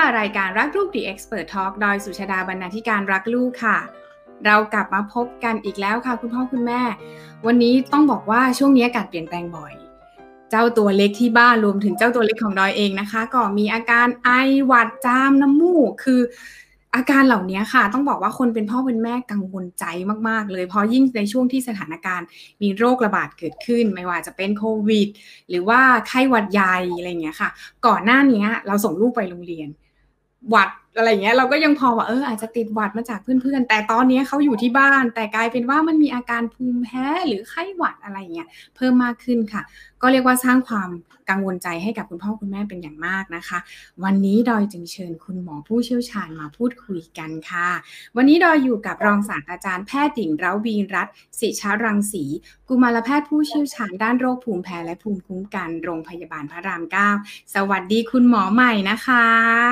รายการรักลูก The Expert Talk โดยสุชาดาบรรณาธิการรักลูกค่ะเรากลับมาพบกันอีกแล้วค่ะคุณพ่อคุณแม่วันนี้ต้องบอกว่าช่วงนี้อากาศเปลี่ยนแปลงบ่อยเจ้าตัวเล็กที่บ้านรวมถึงเจ้าตัวเล็กของดอยเองนะคะก็มีอาการไอหวัดจามน้ำมูกคืออาการเหล่านี้ค่ะต้องบอกว่าคนเป็นพ่อเป็นแม่กังวลใจมากๆเลยเพราะยิ่งในช่วงที่สถานการณ์มีโรคระบาดเกิดขึ้นไม่ว่าจะเป็นโควิดหรือว่าไข้หวัดใหญ่อะไรอย่างเงี้ยค่ะก่อนหน้านี้เราส่งลูกไปโรงเรียนหวัดอะไรเงี้ยเราก็ยังพอว่าอาจจะติดหวัดมาจากเพื่อนๆแต่ตอนนี้เขาอยู่ที่บ้านแต่กลายเป็นว่ามันมีอาการภูมิแพ้หรือไข้หวัดอะไรเงี้ยเพิ่มมากขึ้นค่ะก็เรียกว่าสร้างความกังวลใจให้กับคุณพ่อคุณแม่เป็นอย่างมากนะคะวันนี้ดอยจึงเชิญคุณหมอผู้เชี่ยวชาญมาพูดคุยกันค่ะวันนี้ดอยอยู่กับรองศาสตราจารย์แพทย์หญิงเราวีรัตน์ศิชรังสีกุมารแพทย์ผู้เชี่ยวชาญด้านโรคภูมิแพ้และภูมิคุ้มกันโรงพยาบาลพระราม9สวัสดีคุณหมอใหม่นะคะ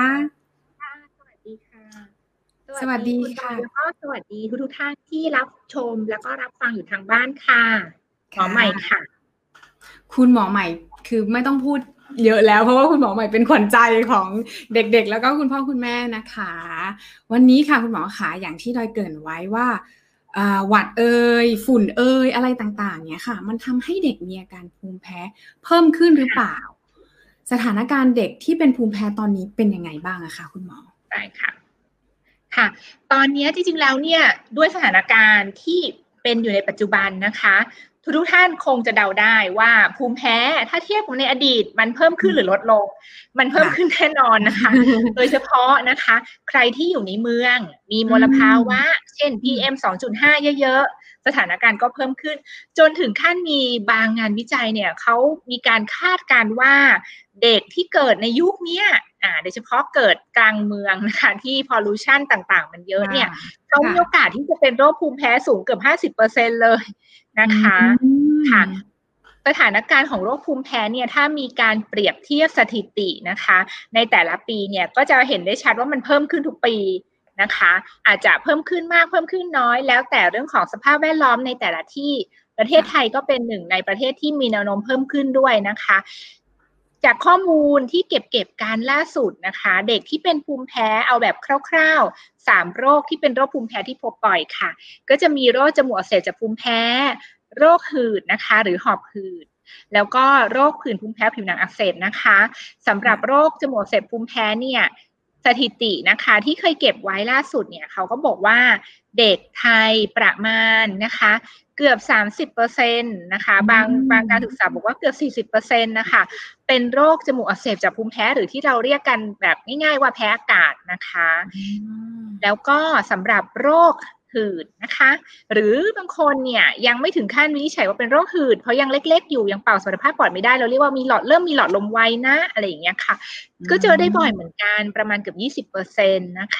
สวัสดีค่ะแล้วก็สวัสดีทุกท่านที่รับชมแล้วก็รับฟังอยู่ทางบ้านค่ะหมอใหม่ค่ะคุณหมอใหม่คือไม่ต้องพูดเยอะแล้วเพราะว่าคุณหมอใหม่เป็นขวัญใจของเด็กๆแล้วก็คุณพ่อคุณแม่นะคะวันนี้ค่ะคุณหมอขาอย่างที่ดอยเกริ่นไว้ว่าหวัดฝุ่นอะไรต่างๆเนี่ยค่ะมันทำให้เด็กมีอาการภูมิแพ้เพิ่มขึ้นหรือเปล่าสถานการณ์เด็กที่เป็นภูมิแพ้ตอนนี้เป็นยังไงบ้างอะคะคุณหมอได้ค่ะตอนนี้จริงๆแล้วเนี่ยด้วยสถานการณ์ที่เป็นอยู่ในปัจจุบันนะคะทุกท่านคงจะเดาได้ว่าภูมิแพ้ถ้าเทียบกับในอดีตมันเพิ่มขึ้นหรือลดลงมันเพิ่มขึ้นแน่นอนนะคะโดยเฉพาะนะคะใครที่อยู่ในเมืองมีมลภาวะเช่น PM 2.5 เยอะๆสถานการณ์ก็เพิ่มขึ้นจนถึงขั้นมีบางงานวิจัยเนี่ยเขามีการคาดการณ์ว่าเด็กที่เกิดในยุคนี้โดยเฉพาะเกิดกลางเมืองนะคะที่ pollution ต่างๆมันเยอะเนี่ยเขามีโอกาสที่จะเป็นโรคภูมิแพ้สูงเกือบ 50% เลยนะคะค่ะสถานการณ์ของโรคภูมิแพ้เนี่ยถ้ามีการเปรียบเทียบสถิตินะคะในแต่ละปีเนี่ยก็จะเห็นได้ชัดว่ามันเพิ่มขึ้นทุกปีนะคะอาจจะเพิ่มขึ้นมากเพิ่มขึ้นน้อยแล้วแต่เรื่องของสภาพแวดล้อมในแต่ละที่ประเทศไทยก็เป็นหนึ่งในประเทศที่มีแนวโน้มเพิ่มขึ้นด้วยนะคะจากข้อมูลที่เก็บการล่าสุดนะคะเด็กที่เป็นภูมิแพ้เอาแบบคร่าวๆ3โรคที่เป็นโรคภูมิแพ้ที่พบบ่อยค่ะก็จะมีโรคจมูกอักเสบจากภูมิแพ้โรคหืดนะคะหรือหอบหืดแล้วก็โรคผื่นภูมิแพ้ผิวหนังอักเสบนะคะสำหรับโรคจมูกอักเสบภูมิแพ้เนี่ยสถิตินะคะที่เคยเก็บไว้ล่าสุดเนี่ยเขาก็บอกว่าเด็กไทยประมาณนะคะเกือบ 30% นะคะบางการศึกษาบอกว่าเกือบ 40% นะคะเป็นโรคจมูกอักเสบจากภูมิแพ้หรือที่เราเรียกกันแบบง่ายๆว่าแพ้อากาศนะคะแล้วก็สำหรับโรคหืดนะคะหรือบางคนเนี่ยยังไม่ถึงขั้นวินิจฉัยว่าเป็นโรคหืดเพราะยังเล็กๆอยู่ยังเป่าสมรรถภาพปอดไม่ได้เราเรียกว่าเริ่มมีหลอดลมไวนะอะไรอย่างเงี้ยค่ะก็เจอได้บ่อยเหมือนกันประมาณเกือบ 20% นะคะ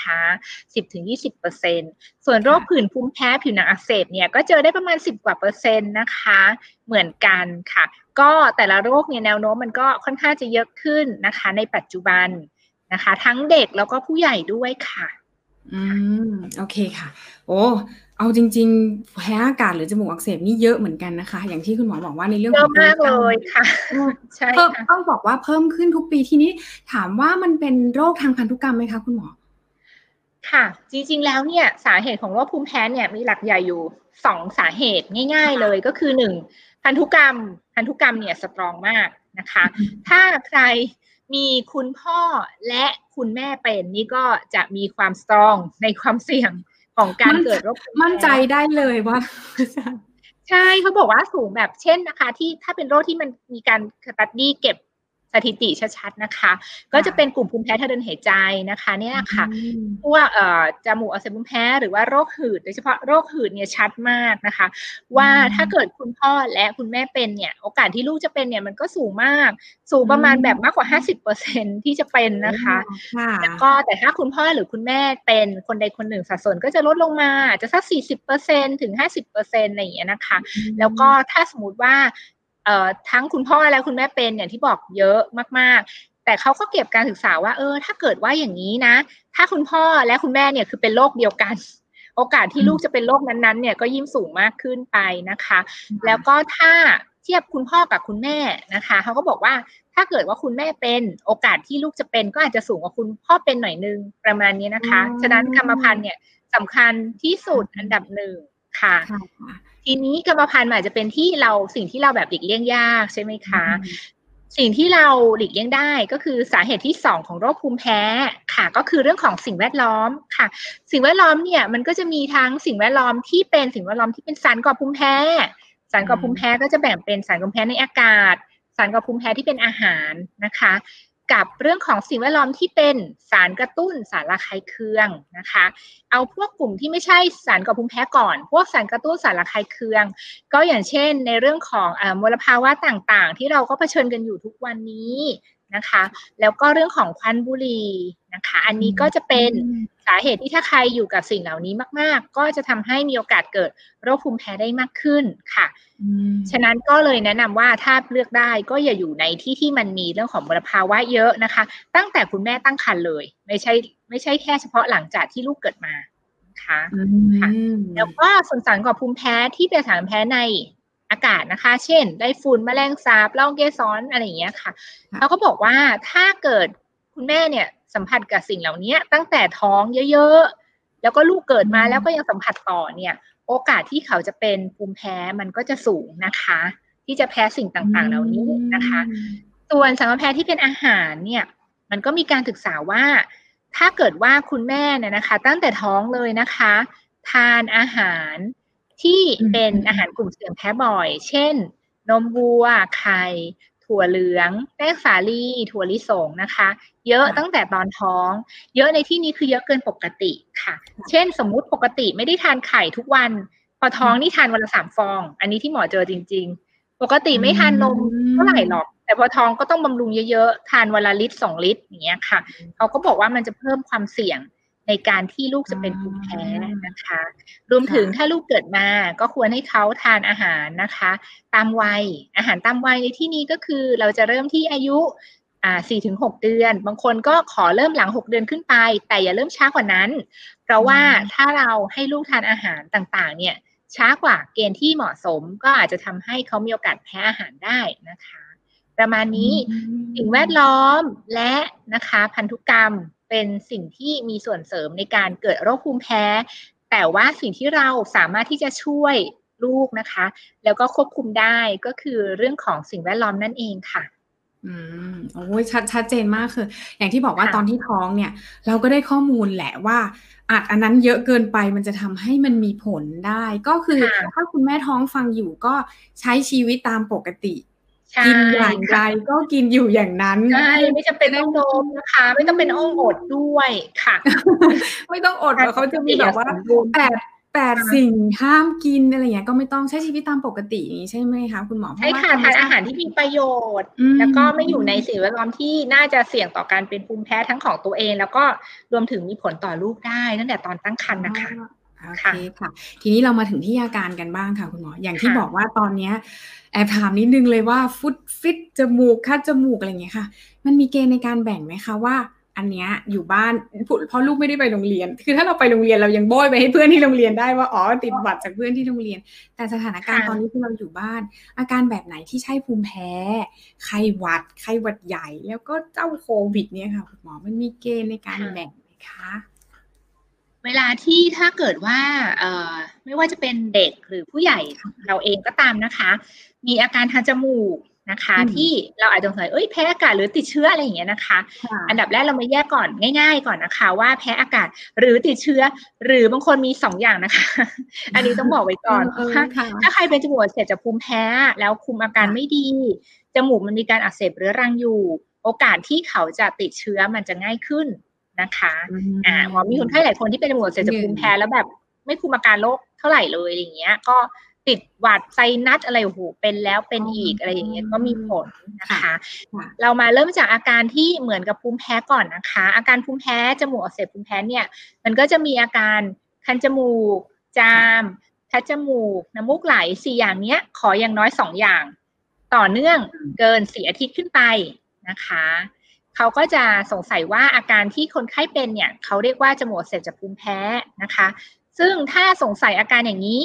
10-20% ส่วนโรคผื่นภูมิแพ้ผิวหนังอักเสบเนี่ยก็เจอได้ประมาณ10 กว่า%นะคะเหมือนกันค่ะก็แต่ละโรคเนี่ยแนวโน้มมันก็ค่อนข้างจะเยอะขึ้นนะคะในปัจจุบันนะคะทั้งเด็กแล้วก็ผู้ใหญ่ด้วยค่ะโอเคค่ะโอ้เอาจริงๆแพ้อากาศหรือจมูกอักเสบนี่เยอะเหมือนกันนะคะอย่างที่คุณหมอบอกว่าในเรื่องของเยอะมากเลยค่ะใช่ค่ะต้องบอกว่าเพิ่มขึ้นทุกปีทีนี้ถามว่ามันเป็นโรคทางพันธุกรรมไหมคะคุณหมอค่ะจริงๆแล้วเนี่ยสาเหตุของโรคภูมิแพ้เนี่ยมีหลักใหญ่อยู่2สาเหตุง่ายๆเลยก็คือ1พันธุกรรมเนี่ยสตรองมากนะคะถ้าใครมีคุณพ่อและคุณแม่เป็นนี่ก็จะมีความสตรองในความเสี่ยงของการเกิดโรคภูมิแพ้มั่นใจได้เลยว่าใช่เขาบอกว่าสูงแบบเช่นนะคะที่ถ้าเป็นโรคที่มันมีการสตั๊ดดี้เก็บสถิติชัดๆนะคะก็จะเป็นกลุ่มภูมิแพ้ทางเดินหายใจนะคะเนี่ยค่ะพวกจมูกอักเสบภูมิแพ้หรือว่าโรคหืดโดยเฉพาะโรคหืดเนี่ยชัดมากนะคะว่าถ้าเกิดคุณพ่อและคุณแม่เป็นเนี่ยโอกาสที่ลูกจะเป็นเนี่ยมันก็สูงมากสูงประมาณแบบมากกว่า 50% ที่จะเป็นนะคะแล้วก็แต่ถ้าคุณพ่อหรือคุณแม่เป็นคนใดคนหนึ่งสัดส่วนก็จะลดลงมาจะสัก 40% ถึง 50% อะไรอย่างเงี้ยนะคะแล้วก็ถ้าสมมติว่าทั้งคุณพ่อและคุณแม่เป็นอย่างที่บอกเยอะมากๆแต่เขาก็เก็บการศึกษาว่าถ้าเกิดว่าอย่างนี้นะถ้าคุณพ่อและคุณแม่เนี่ยคือเป็นโรคเดียวกันโอกาสที่ลูกจะเป็นโรคนั้นๆเนี่ยก็ยิ่งสูงมากขึ้นไปนะคะแล้วก็ถ้าเทียบคุณพ่อกับคุณแม่นะคะเขาก็บอกว่าถ้าเกิดว่าคุณแม่เป็นโอกาสที่ลูกจะเป็นก็อาจจะสูงกว่าคุณพ่อเป็นหน่อยนึงประมาณนี้นะคะฉะนั้นกรรมพันธุ์เนี่ยสำคัญที่สุดอันดับหนึ่งค่ะทีนี้กรรมพันธุ์อาจจะเป็นที่เราสิ่งที่เราแบบหลีกเลี่ยงยากใช่ไหมคะสิ่งที่เราหลีกเลี่ยงได้ก็คือสาเหตุที่2ของโรคภูมิแพ้ค่ะก็คือเรื่องของสิ่งแวดล้อมค่ะสิ่งแวดล้อมเนี่ยมันก็จะมีทั้งสิ่งแวดล้อมที่เป็นสิ่งแวดล้อมที่เป็นสารก่อภูมิแพ้สารก่อภูมิแพ้ก็จะแบ่งเป็นสารก่อภูมิแพ้ในอากาศสารก่อภูมิแพ้ที่เป็นอาหารนะคะกับเรื่องของสิ่งแวดล้อมที่เป็นสารกระตุ้นสารระคายเคืองนะคะเอาพวกกลุ่มที่ไม่ใช่สารก่อภูมิแพ้ก่อนพวกสารกระตุ้นสารระคายเคืองก็อย่างเช่นในเรื่องของมลภาวะต่างๆที่เราก็เผชิญกันอยู่ทุกวันนี้นะคะแล้วก็เรื่องของควันบุหรี่นะคะอันนี้ก็จะเป็นสาเหตุที่ถ้าใครอยู่กับสิ่งเหล่านี้มากๆก็จะทำให้มีโอกาสเกิดโรคภูมิแพ้ได้มากขึ้นค่ะฉะนั้นก็เลยแนะนำว่าถ้าเลือกได้ก็อย่าอยู่ในที่ที่มันมีเรื่องของมลภาวะเยอะนะคะตั้งแต่คุณแม่ตั้งครรภ์เลยไม่ใช่แค่เฉพาะหลังจากที่ลูกเกิดมาค่ะแล้วก็ส่วนสารก่อภูมิแพ้ที่เป็นสารแพ้ในอากาศนะคะเช่นได้ฝุ่นแมลงสาบละอองเกสรอะไรอย่างเงี้ยค่ะเขาก็บอกว่าถ้าเกิดคุณแม่เนี่ยสัมผัสกับสิ่งเหล่านี้ตั้งแต่ท้องเยอะๆแล้วก็ลูกเกิดมาแล้วก็ยังสัมผัสต่อเนี่ยโอกาสที่เขาจะเป็นภูมิแพ้มันก็จะสูงนะคะที่จะแพ้สิ่งต่างๆเหล่านี้นะคะส่วนสารแพ้ที่เป็นอาหารเนี่ยมันก็มีการศึกษาว่าถ้าเกิดว่าคุณแม่เนี่ยนะคะตั้งแต่ท้องเลยนะคะทานอาหารที่เป็นอาหารกลุ่มเสี่ยงแพ้บ่อยเช่นนมวัวไข่ถั่วเหลืองแป้งสาลีถั่วลิสงนะคะเยอะตั้งแต่ตอนท้องเยอะในที่นี้คือเยอะเกินปกติค่ะเช่นสมมุติปกติไม่ได้ทานไข่ทุกวันพอท้องนี่ทานวันละ3 ฟองอันนี้ที่หมอเจอจริงๆปกติไม่ทานนมเท่าไหร่หรอกแต่พอท้องก็ต้องบำรุงเยอะๆทานวันละลิตร2 ลิตรอย่างเงี้ยค่ะเขาก็บอกว่ามันจะเพิ่มความเสี่ยงในการที่ลูกจะเป็นภูมิแพ้นะคะรวมถึงถ้าลูกเกิดมาก็ควรให้เขาทานอาหารนะคะตามวัยอาหารตามวัยในที่นี้ก็คือเราจะเริ่มที่อายุ4-6 เดือนบางคนก็ขอเริ่มหลัง6 เดือนขึ้นไปแต่อย่าเริ่มช้ากว่านั้นเพราะว่าถ้าเราให้ลูกทานอาหารต่างๆเนี่ยช้ากว่าเกณฑ์ที่เหมาะสมก็อาจจะทำให้เขามีโอกาสแพ้อาหารได้นะคะประมาณนี้สิ่งแวดล้อมและนะคะพันธุกรรมเป็นสิ่งที่มีส่วนเสริมในการเกิดโรคภูมิแพ้แต่ว่าสิ่งที่เราสามารถที่จะช่วยลูกนะคะแล้วก็ควบคุมได้ก็คือเรื่องของสิ่งแวดล้อมนั่นเองค่ะโอ้ยชัดเจนมากคืออย่างที่บอกว่าตอนที่ท้องเนี่ยเราก็ได้ข้อมูลแหละว่าอันนั้นเยอะเกินไปมันจะทำให้มันมีผลได้ก็คือถ้าคุณแม่ท้องฟังอยู่ก็ใช้ชีวิตตามปกติกินอย่างไรก็กินอยู่อย่างนั้นใช่ไม่จำเป็นต้องนมนะคะไม่ต้องเป็นอ้องอดด้วยค่ะไม่ต้องอดเขาจะมีแบบว่า8 สิ่งห้ามกินอะไรอย่างเงี้ยก็ไม่ต้องใช้ชีวิตตามปกติอย่างนี้ใช่ไหมคะคุณหมอใช่ค่ะทานอาหารที่มีประโยชน์แล้วก็ไม่อยู่ในสิ่งแวดล้อมที่น่าจะเสี่ยงต่อการเป็นภูมิแพ้ทั้งของตัวเองแล้วก็รวมถึงมีผลต่อลูกได้ตั้งแต่ตอนตั้งครรภ์นะคะโอเคค่ะทีนี้เรามาถึงที่อาการกันบ้างค่ะคุณหมออย่างที่บอกว่าตอนนี้แอบถามนิดนึงเลยว่าฟุตฟิตจมูกคัดจมูกอะไรอย่างเงี้ยค่ะมันมีเกณฑ์ในการแบ่งไหมคะว่าอันเนี้ยอยู่บ้านเพราะลูกไม่ได้ไปโรงเรียนคือถ้าเราไปโรงเรียนเรายังโบยไปให้เพื่อนที่โรงเรียนได้ว่าอ๋อติดหวัดจากเพื่อนที่โรงเรียนแต่สถานการณ์ตอนนี้ที่เราอยู่บ้านอาการแบบไหนที่ใช่ภูมิแพ้ไข้หวัดใหญ่แล้วก็เจ้าโควิดเนี่ยค่ะคุณหมอมันมีเกณฑ์ในการแบ่งไหมคะเวลาที่ถ้าเกิดว่าไม่ว่าจะเป็นเด็กหรือผู้ใหญ่เราเองก็ตามนะคะมีอาการทางจมูกนะคะที่เราอาจจะสงสัยแพ้อากาศหรือติดเชื้ออะไรอย่างเงี้ยนะคะอันดับแรกเรามาแยกก่อนง่ายๆก่อนนะคะว่าแพ้อากาศหรือติดเชื้อหรือบางคนมี2 อย่างนะคะอันนี้ต้องบอกไว้ก่อนถ้าใครเป็นจมูกอักเสบจากภูมิแพ้แล้วคุมอาการไม่ดีจมูกมันมีการอักเสบเรื้อรังอยู่โอกาสที่เขาจะติดเชื้อมันจะง่ายขึ้นนะคะหมอมีคนไข้หลายคนที่เป็นจมูกอักเสบจากภูมิแพ้แล้วแบบไม่คุมอาการโรคเท่าไหร่เลยอย่างเงี้ยก็ติดหวัดไซนัสอะไรโอ้โหเป็นแล้วเป็นอีกอะไรอย่างเงี้ยก็มีผลนะคะเรามาเริ่มจากอาการที่เหมือนกับภูมิแพ้ก่อนนะคะอาการภูมิแพ้จมูกอักเสบภูมิแพ้เนี่ยมันก็จะมีอาการคันจมูกจามคัดจมูกน้ำมูกไหล4 อย่างเนี้ยขออย่างน้อย2 อย่างต่อเนื่องเกิน4 อาทิตย์ขึ้นไปนะคะเขาก็จะสงสัยว่าอาการที่คนไข้เป็นเนี่ยเขาเรียกว่าจมูกอักเสบจากภูมิแพ้นะคะซึ่งถ้าสงสัยอาการอย่างนี้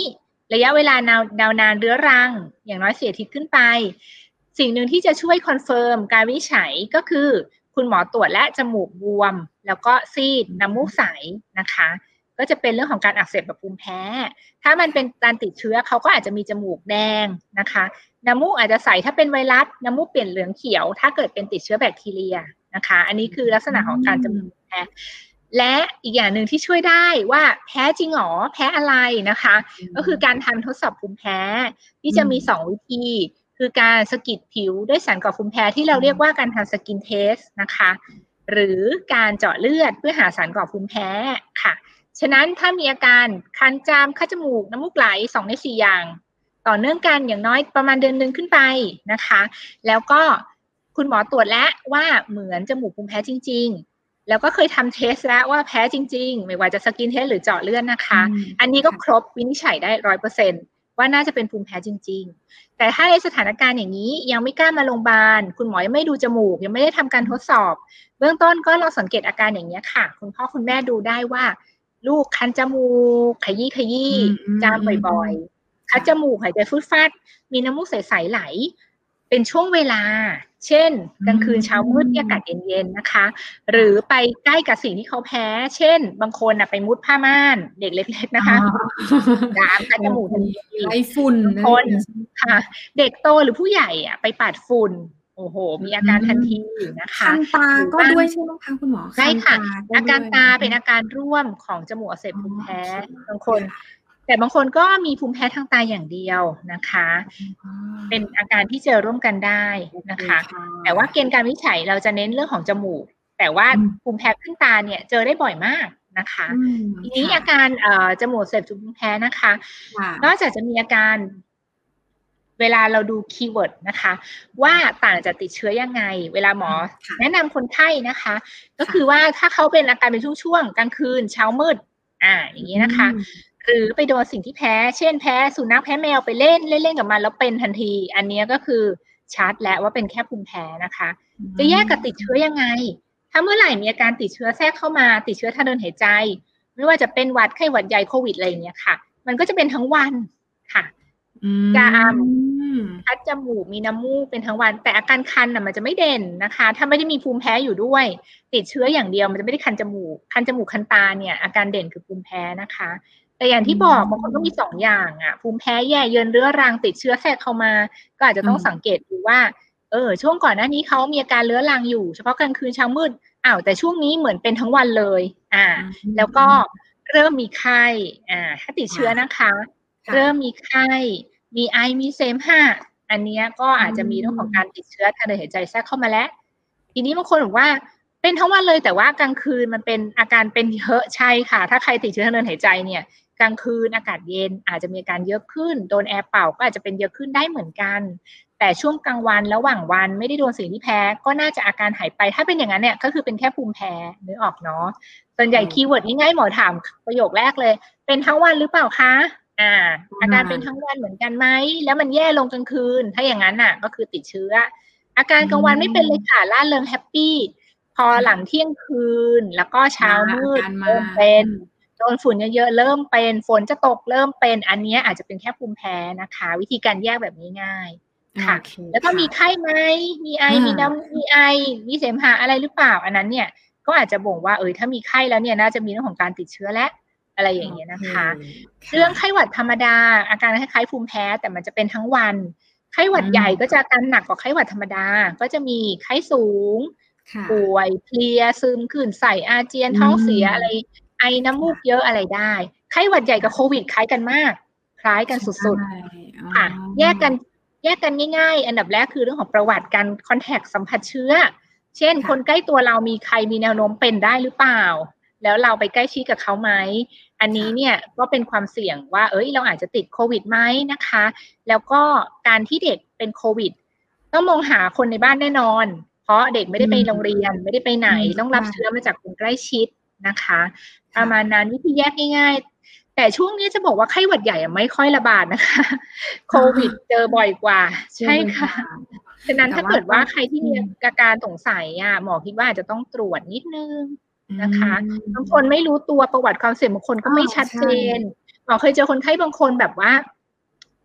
ระยะเวลานานเรื้อรังอย่างน้อย4 อาทิตย์ขึ้นไปสิ่งหนึ่งที่จะช่วยคอนเฟิร์มการวินิจฉัยก็คือคุณหมอตรวจและจมูกบวมแล้วก็ซีดน้ำมูกใสนะคะก็จะเป็นเรื่องของการอักเสบแบบภูมิแพ้ถ้ามันเป็นการติดเชื้อเขาก็อาจจะมีจมูกแดงนะคะน้ำมูกอาจจะใสถ้าเป็นไวรัสน้ำมูกเปลี่ยนเหลืองเขียวถ้าเกิดเป็นติดเชื้อแบคทีเรียนะคะอันนี้คือลักษณะของการจมูกแพ้และอีกอย่างหนึ่งที่ช่วยได้ว่าแพ้จริงหรอแพ้อะไรนะคะก็คือการทำทดสอบภูมิแพ้ที่จะมี2 วิธีคือการสกิดผิวด้วยสารก่อภูมิแพ้ที่เราเรียกว่าการทำสกินเทสนะคะหรือการเจาะเลือดเพื่อหาสารก่อภูมิแพ้ค่ะฉะนั้นถ้ามีอาการคันจามคัดจมูกน้ำมูกไหล2 ใน 4อย่างต่อเนื่องกันอย่างน้อยประมาณเดือนนึงขึ้นไปนะคะแล้วก็คุณหมอตรวจแล้วว่าเหมือนจมูกภูมิแพ้จริงๆแล้วก็เคยทำเทสแล้วว่าแพ้จริงๆไม่ว่าจะสกินเทสหรือเจาะเลือดนะคะอันนี้ก็ครบวินิจฉัยได้ 100%ว่าน่าจะเป็นภูมิแพ้จริงๆแต่ถ้าในสถานการณ์อย่างนี้ยังไม่กล้ามาโรงพยาบาลคุณหมอยังไม่ดูจมูกยังไม่ได้ทำการทดสอบเบื้องต้นก็ลองสังเกตอาการอย่างนี้ค่ะคุณพ่อคุณแม่ดูได้ว่าลูกคันจมูกขยี้จามบ่อยๆคัดจมูกหายใจฟุดฟัดมีน้ำมูกใสๆไหลเป็นช่วงเวลาเช่นกลางคืนเช้ามืดที่อากาศเย็นๆนะคะหรือไปใกล้กับสิ่งที่เขาแพ้เช่นบางคนไปมุดผ้าม่านเด็กเล็กๆนะคะจามคัดจมูกทันทีไอฝุ่นบางคนค่ะเด็กโตหรือผู้ใหญ่ไปปัดฝุ่นโอ้โหมีอาการทันทีนะคะคันตาก็ด้วยใช่ไหมคะคุณหมอใช่ค่ะอาการตาเป็นอาการร่วมของจมูกอักเสบภูมิแพ้บางคนแต่บางคนก็มีภูมิแพ้ทางตาอย่างเดียวนะคะเป็นอาการที่เจอร่วมกันได้นะคะแต่ว่าเกณฑ์การวินิจฉัยเราจะเน้นเรื่องของจมูกแต่ว่าภูมิแพ้ขึ้นตาเนี่ยเจอได้บ่อยมากนะคะทีนี้อาการจมูกอักเสบภูมิแพ้นะคะนอกจากจะมีอาการเวลาเราดูคีย์เวิร์ดนะคะว่าต่างจากติดเชื้อยังไงเวลาหมอแนะนำคนไข้นะคะก็คือว่าถ้าเขาเป็นอาการเป็นช่วงๆกลางคืนเช้ามืดอย่างนี้นะคะหรือไปโดนสิ่งที่แพ้เช่นแพ้สุนัขแพ้แมวไปเล่นกับมันแล้วเป็นทันทีอันนี้ก็คือชัดแล้วว่าเป็นแค่ภูมิแพ้นะคะจะแยกกับติดเชื้อยังไงถ้าเมื่อไหร่มีอาการติดเชื้อแทรกเข้ามาติดเชื้อทางเดินหายใจไม่ว่าจะเป็นหวัดไข้หวัดใหญ่โควิดอะไรอย่างเงี้ยค่ะมันก็จะเป็นทั้งวันค่ะจามคัดจมูกมีน้ำมูกเป็นทั้งวันแต่อาการคันมันจะไม่เด่นนะคะถ้าไม่ได้มีภูมิแพ้อยู่ด้วยติดเชื้ออย่างเดียวมันจะไม่ได้คันจมูกคันตาเนี่ยอาการเด่นคือภูมิแพ้นะคะแต่อย่างที่บอกบางคนก็มี2 อย่างภูมิแพ้แย่เยือนเรื้อรังติดเชื้อแทรกเข้ามาก็อาจจะต้องสังเกตดูว่าช่วงก่อนหน้านี้เขามีอาการเรื้อรังอยู่เฉพาะกลางคืนเช้ามืดแต่ช่วงนี้เหมือนเป็นทั้งวันเลยแล้วก็เริ่มมีไข้ถ้าติดเชื้อนะคะเริ่มมีไข้มีไอมีเสมหะอันนี้ก็อาจจะมีเรื่องของการติดเชื้อทางเดินหายใจแทรกเข้ามาแล้วทีนี้บางคนบอกว่าเป็นทั้งวันเลยแต่ว่ากลางคืนมันเป็นอาการเป็นเยอะใช่ค่ะถ้าใครติดเชื้อทางเดินหายใจเนี่ยกลางคืนอากาศเย็นอาจจะมีอาการเยอะขึ้นโดนแอร์เป่าก็อาจจะเป็นเยอะขึ้นได้เหมือนกันแต่ช่วงกลางวันระหว่างวันไม่ได้โดนสิ่งที่แพ้ก็น่าจะอาการหายไปถ้าเป็นอย่างนั้นเนี่ยก็คือเป็นแค่ภูมิแพ้นึกออกเนาะส่วนใหญ่คีย์เวิร์ดง่ายๆหมอถามประโยคแรกเลยเป็นทั้งวันหรือเปล่าคะอาการเป็นทั้งวันเหมือนกันไหมแล้วมันแย่ลงกลางคืนถ้าอย่างนั้นก็คือติดเชื้ออาการกลางวันไม่เป็นเลยค่ะร่าเริงแฮปปี้พอหลังเที่ยงคืนแล้วก็เช้ามืดเริ่มเป็นโดนฝุ่นเยอะๆเริ่มเป็นฝนจะตกเริ่มเป็นอันนี้อาจจะเป็นแค่ภูมิแพ้นะคะวิธีการแยกแบบนี้ง่ายค่ะแล้วก็มีไข้ไหมมีไอมีน้ำมีไอมีเสมหะอะไรหรือเปล่าอันนั้นเนี่ยก็อาจจะบ่งว่าถ้ามีไข้แล้วเนี่ยน่าจะมีเรื่องของการติดเชื้อและอะไรอย่างเงี้ยนะคะเรื่องไข้หวัดธรรมดาอาการคล้ายๆภูมิแพ้แต่มันจะเป็นทั้งวันไข้หวัดใหญ่ก็จะอาการหนักกว่าไข้หวัดธรรมดาก็จะมีไข้สูงป่วยเพลียซึมขื่นใส่อาเจียนท้องเสียอะไรไอน้ำมูกเยอะอะไรได้ไข้หวัดใหญ่กับโควิดคล้ายกันมากคล้ายกันสุดๆค่ะแยกกันง่ายๆอันดับแรกคือเรื่องของประวัติการคอนแทคสัมผัสเชื้อเช่นคนใกล้ตัวเรามีใครมีแนวโน้มเป็นได้หรือเปล่าแล้วเราไปใกล้ชิดกับเขาไหมอันนี้เนี่ยก็เป็นความเสี่ยงว่าเราอาจจะติดโควิดไหมนะคะแล้วก็การที่เด็กเป็นโควิดต้องมองหาคนในบ้านแน่นอนเพราะเด็กไม่ได้ไปโรงเรียนไม่ได้ไปไหนต้องรับเชื้อมาจากคนใกล้ชิดนะคะประมาณนั้นวิธีแยกง่ายๆแต่ช่วงนี้จะบอกว่าไข้หวัดใหญ่ไม่ค่อยระบาดนะคะโควิดเจอบ่อยกว่าใช่ค่ะฉะนั้นถ้าเกิดว่าใครที่มีอาการสงสัยหมอคิดว่าอาจจะต้องตรวจนิดนึงนะคะบางคนไม่รู้ตัวประวัติความเสี่ยงบางคนก็ไม่ชัดเจนหมอเคยเจอคนไข้บางคนแบบว่า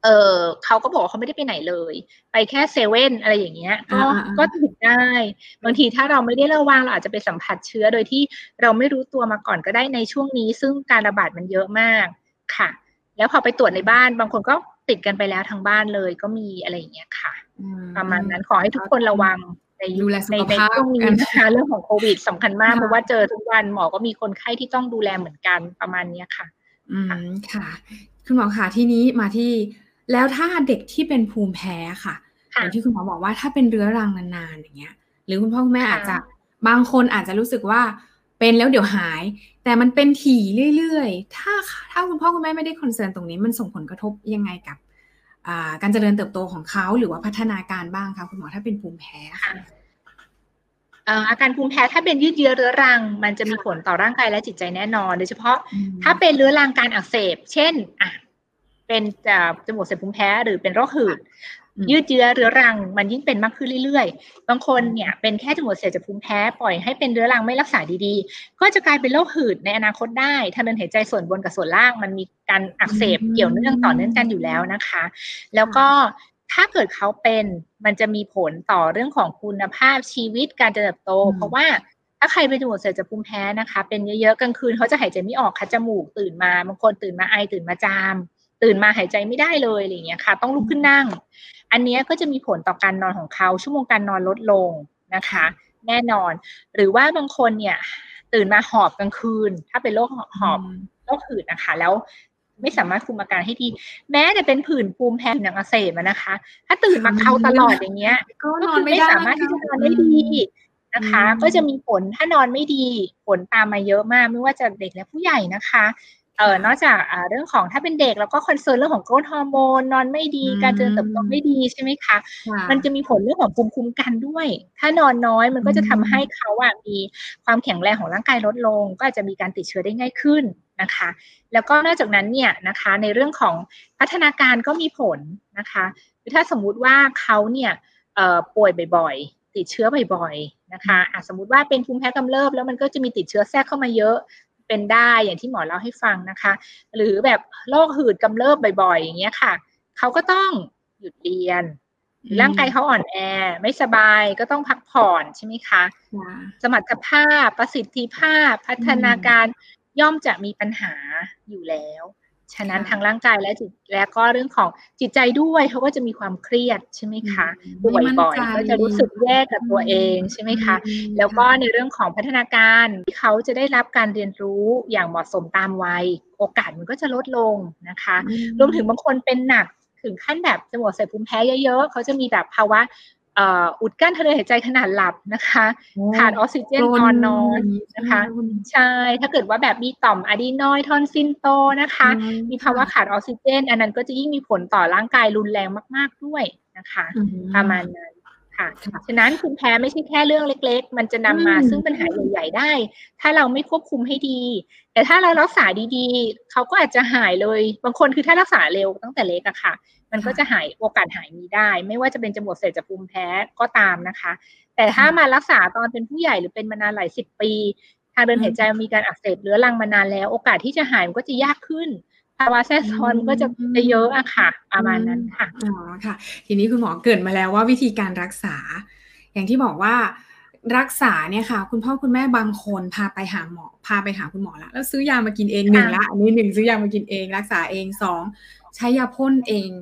เขาก็บอกเขาไม่ได้ไปไหนเลยไปแค่เซเว่นอะไรอย่างเงี้ยก็ติดได้บางทีถ้าเราไม่ได้ระวังเราอาจจะไปสัมผัสเชื้อโดยที่เราไม่รู้ตัวมาก่อนก็ได้ในช่วงนี้ซึ่งการระบาดมันเยอะมากค่ะแล้วพอไปตรวจในบ้านบางคนก็ติดกันไปแล้วทั้งบ้านเลยก็มีอะไรอย่างเงี้ยค่ะประมาณนั้นขอให้ทุกคนระวังในช่วงนี้นะคะเรื่องของโควิดสำคัญมากเพราะว่าเจอทุกวันหมอก็มีคนไข้ที่ต้องดูแลเหมือนกันประมาณนี้ค่ะค่ะคุณหมอค่ะทีนี้มาที่แล้วถ้าเด็กที่เป็นภูมิแพ้ค่ะอย่างที่คุณหมอบอกว่าถ้าเป็นเรื้อรังนานๆอย่างเงี้ยหรือคุณพ่อคุณแม่อาจจะบางคนอาจจะรู้สึกว่าเป็นแล้วเดี๋ยวหายแต่มันเป็นถี่เรื่อยๆถ้าคุณพ่อคุณแม่ไม่ได้คอนเซิร์นตรงนี้มันส่งผลกระทบยังไงกับการเจริญเติบโตของเขาหรือว่าพัฒนาการบ้างคะคุณหมอถ้าเป็นภูมิแพ้ค่ะอาการภูมิแพ้ถ้าเป็นยืดเยื้อเรื้อรังมันจะมีผลต่อร่างกายและจิตใจแน่นอนโดยเฉพาะถ้าเป็นเรื้อรังการอักเสบเช่นเป็นจมูกอักเสบภูมิแพ้หรือเป็นโรคหืดยืดเยื้อเรื้อรังมันยิ่งเป็นมากขึ้นเรื่อยๆบางคนเนี่ยเป็นแค่จมูกอักเสบจากภูมิแพ้ปล่อยให้เป็นเรื้อรังไม่รักษาดีๆก็จะกลายเป็นโรคหืดในอนาคตได้ทางเดินหายใจส่วนบนกับส่วนล่างมันมีการอักเสบเกี่ยวเนื่องต่อเนื่องกันอยู่แล้วนะคะแล้วก็ถ้าเกิดเขาเป็นมันจะมีผลต่อเรื่องของคุณภาพชีวิตการเติบโตเพราะว่าถ้าใครเป็นจมูกอักเสบจากภูมิแพ้นะคะเป็นเยอะๆกลางคืนเขาจะหายใจไม่ออกคัดจมูกตื่นมาบางคนตื่นมาไอตื่นมาจามตื่นมาหายใจไม่ได้เลยอะไรอย่างเงี้ยค่ะต้องลุกขึ้นนั่งอันนี้ก็จะมีผลต่อการนอนของเขาชั่วโมงการนอนลดลงนะคะแน่นอนหรือว่าบางคนเนี่ยตื่นมาหอบกลางคืนถ้าเป็นโรคหอบโรคหืดนะคะแล้วไม่สามารถคุมอาการให้ดีแม้แต่เป็นผื่นภูมิแพ้หนังอักเสบนะคะถ้าตื่นมาเกาตลอดอย่างเงี้ยก็คือไม่สามารถที่จะนอนได้ดีนะคะก็จะมีผลถ้านอนไม่ดีผลตามมาเยอะมากไม่ว่าจะเด็กและผู้ใหญ่นะคะนอกจากเรื่องของถ้าเป็นเด็กแล้วก็คอนเซิร์นเรื่องของโกรทฮอร์โมนนอนไม่ดีการเจริญเติบโตไม่ดีใช่ไหมคะมันจะมีผลเรื่องของภูมิคุ้มกันด้วยถ้านอนน้อยมันก็จะทำให้เขามีความแข็งแรงของร่างกายลดลงก็อาจจะมีการติดเชื้อได้ง่ายขึ้นนะคะแล้วก็นอกจากนั้นเนี่ยนะคะในเรื่องของพัฒนาการก็มีผลนะคะคือถ้าสมมุติว่าเขาเนี่ยป่วยบ่อยๆติดเชื้อบ่อยๆนะคะสมมุติว่าเป็นภูมิแพ้กำเริบแล้วมันก็จะมีติดเชื้อแทรกเข้ามาเยอะเป็นได้อย่างที่หมอเล่าให้ฟังนะคะหรือแบบโรคหืดกำเริบบ่อยๆอย่างเงี้ยค่ะเขาก็ต้องหยุดเรียนร่างกายเขาอ่อนแอไม่สบายก็ต้องพักผ่อนใช่ไหมคะสมรรถภาพประสิทธิภาพพัฒนาการย่อมจะมีปัญหาอยู่แล้วฉะนั้นทางร่างกายและก็เรื่องของจิตใจด้วยเขาก็จะมีความเครียดใช่ไหมคะป่วยบ่อยก็จะรู้สึกแย่กับตัวเองใช่ไหมคะแล้วก็ในเรื่องของพัฒนาการที่เขาจะได้รับการเรียนรู้อย่างเหมาะสมตามวัยโอกาสมันก็จะลดลงนะคะรวมถึงบางคนเป็นหนักถึงขั้นแบบจมูกอักเสบภูมิแพ้เยอะๆเขาจะมีแบบภาวะอุดกั้นทางเดินหายใจขณะหลับนะคะขาดออกซิเจนตอนนอนนะคะใช่ถ้าเกิดว่าแบบมีต่อมอะดีนอยด์ทอนซิลโตนะคะมีภาวะขาดออกซิเจนอันนั้นก็จะยิ่งมีผลต่อร่างกายรุนแรงมากๆด้วยนะคะประมาณนั้นค่ะฉะนั้นภูมิแพ้ไม่ใช่แค่เรื่องเล็กๆมันจะนำมาซึ่งปัญหาใหญ่ๆได้ถ้าเราไม่ควบคุมให้ดีแต่ถ้าเรารักษาดีๆเขาก็อาจจะหายเลยบางคนคือถ้ารักษาเร็วตั้งแต่เล็กอะค่ะมันก็จะหายโอกาสหายมีได้ไม่ว่าจะเป็นจมูกอักเสบจากภูมิแพ้ก็ตามนะคะแต่ถ้ามารักษาตอนเป็นผู้ใหญ่หรือเป็นมานานหลายสิบปีทางเดินหายใจมีการอักเสบเรื้อรังมานานแล้วโอกาสที่จะหายมันก็จะยากขึ้นภาวะแทรกซ้อนมันก็จะเยอะอะค่ะประมาณนั้นค่ะอ๋อค่ะทีนี้คุณหมอเกริ่นมาแล้วว่าวิธีการรักษาอย่างที่บอกว่ารักษาเนี่ยค่ะคุณพ่อคุณแม่บางคนพาไปหาคุณหมอแล้วซื้อยามากินเอง1ละอันนี้1ซื้อยามากินเองรักษาเอง2ใช้ยาพ่นเอง